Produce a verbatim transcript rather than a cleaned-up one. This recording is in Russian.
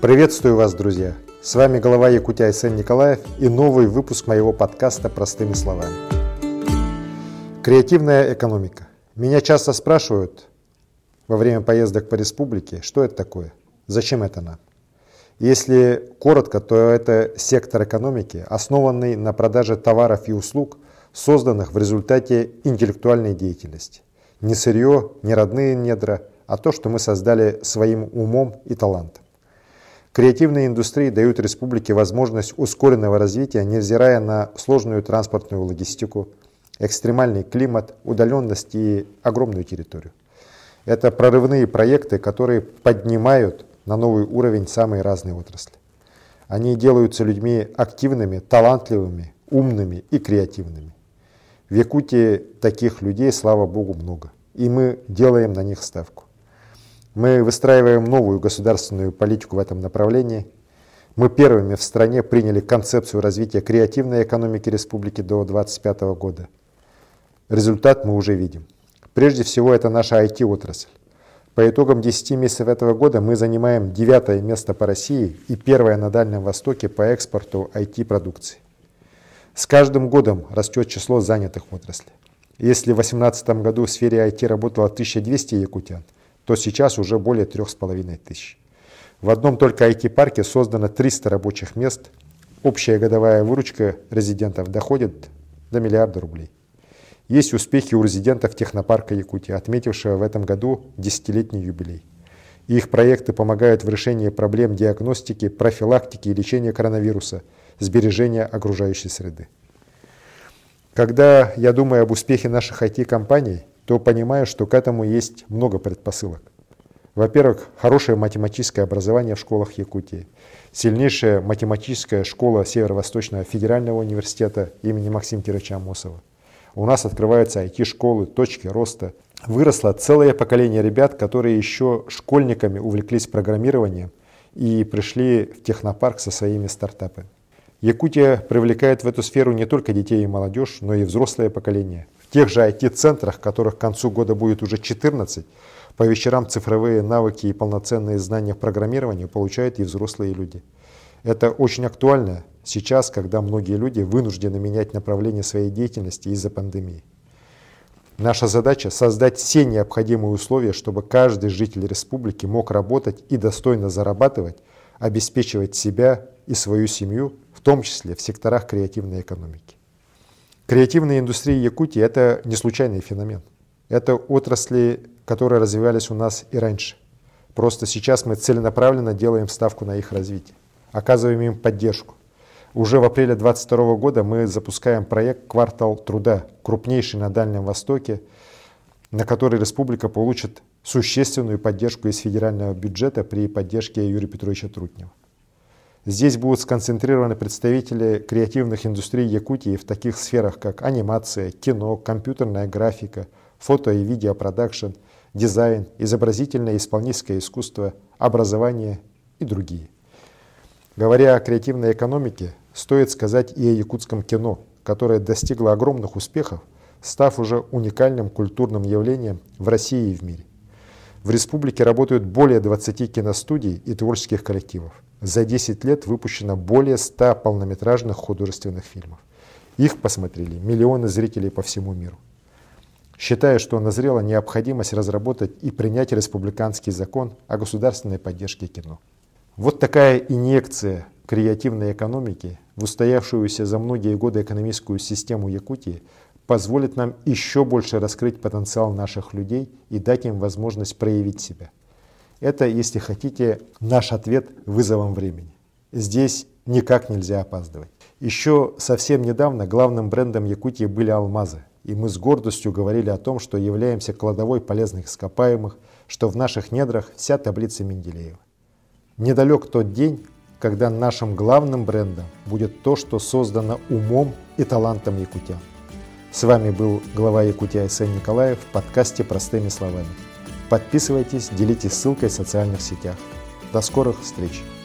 Приветствую вас, друзья! С вами глава Якутии Айсен Николаев и новый выпуск моего подкаста «Простыми словами». Креативная экономика. Меня часто спрашивают во время поездок по республике, что это такое, зачем это нам. Если коротко, то это сектор экономики, основанный на продаже товаров и услуг, созданных в результате интеллектуальной деятельности. Не сырье, не родные недра, а то, что мы создали своим умом и талантом. Креативные индустрии дают республике возможность ускоренного развития, невзирая на сложную транспортную логистику, экстремальный климат, удаленность и огромную территорию. Это прорывные проекты, которые поднимают на новый уровень самые разные отрасли. Они делаются людьми активными, талантливыми, умными и креативными. В Якутии таких людей, слава богу, много, и мы делаем на них ставку. Мы выстраиваем новую государственную политику в этом направлении. Мы первыми в стране приняли концепцию развития креативной экономики республики до две тысячи двадцать пятого года. Результат мы уже видим. Прежде всего, это наша ай ти-отрасль. По итогам десяти месяцев этого года мы занимаем девятое место по России и первое на Дальнем Востоке по экспорту ай ти-продукции. С каждым годом растет число занятых в отрасли. Если в две тысячи восемнадцатом году в сфере ай ти работало тысяча двести якутян, то сейчас уже более трёх с половиной тысяч. В одном только ай ти-парке создано триста рабочих мест. Общая годовая выручка резидентов доходит до миллиарда рублей. Есть успехи у резидентов технопарка Якутия, отметившего в этом году десятилетний юбилей. Их проекты помогают в решении проблем диагностики, профилактики и лечения коронавируса, сбережения окружающей среды. Когда я думаю об успехе наших ай ти-компаний, то понимаю, что к этому есть много предпосылок. Во-первых, хорошее математическое образование в школах Якутии, сильнейшая математическая школа Северо-Восточного федерального университета имени Максима Кировича Амосова. У нас открываются ай ти-школы, точки роста. Выросло целое поколение ребят, которые еще школьниками увлеклись программированием и пришли в технопарк со своими стартапами. Якутия привлекает в эту сферу не только детей и молодежь, но и взрослое поколение. В тех же ай ти-центрах, которых к концу года будет уже четырнадцать, по вечерам цифровые навыки и полноценные знания программирования получают и взрослые люди. Это очень актуально сейчас, когда многие люди вынуждены менять направление своей деятельности из-за пандемии. Наша задача – создать все необходимые условия, чтобы каждый житель республики мог работать и достойно зарабатывать, обеспечивать себя и свою семью, в том числе в секторах креативной экономики. Креативные индустрии Якутии – это не случайный феномен. Это отрасли, которые развивались у нас и раньше. Просто сейчас мы целенаправленно делаем ставку на их развитие, оказываем им поддержку. Уже в апреле две тысячи двадцать второго года мы запускаем проект «Квартал труда», крупнейший на Дальнем Востоке, на который республика получит существенную поддержку из федерального бюджета при поддержке Юрия Петровича Трутнева. Здесь будут сконцентрированы представители креативных индустрий Якутии в таких сферах, как анимация, кино, компьютерная графика, фото и видеопродакшн, дизайн, изобразительное и исполнительское искусство, образование и другие. Говоря о креативной экономике, стоит сказать и о якутском кино, которое достигло огромных успехов, став уже уникальным культурным явлением в России и в мире. В республике работают более двадцати киностудий и творческих коллективов. За десять лет выпущено более ста полнометражных художественных фильмов. Их посмотрели миллионы зрителей по всему миру. Считаю, что назрела необходимость разработать и принять республиканский закон о государственной поддержке кино. Вот такая инъекция креативной экономики в устоявшуюся за многие годы экономическую систему Якутии позволит нам еще больше раскрыть потенциал наших людей и дать им возможность проявить себя. Это, если хотите, наш ответ вызовам времени. Здесь никак нельзя опаздывать. Еще совсем недавно главным брендом Якутии были алмазы. И мы с гордостью говорили о том, что являемся кладовой полезных ископаемых, что в наших недрах вся таблица Менделеева. Недалек тот день, когда нашим главным брендом будет то, что создано умом и талантом якутян. С вами был глава Якутии Айсен Николаев в подкасте «Простыми словами». Подписывайтесь, делитесь ссылкой в социальных сетях. До скорых встреч!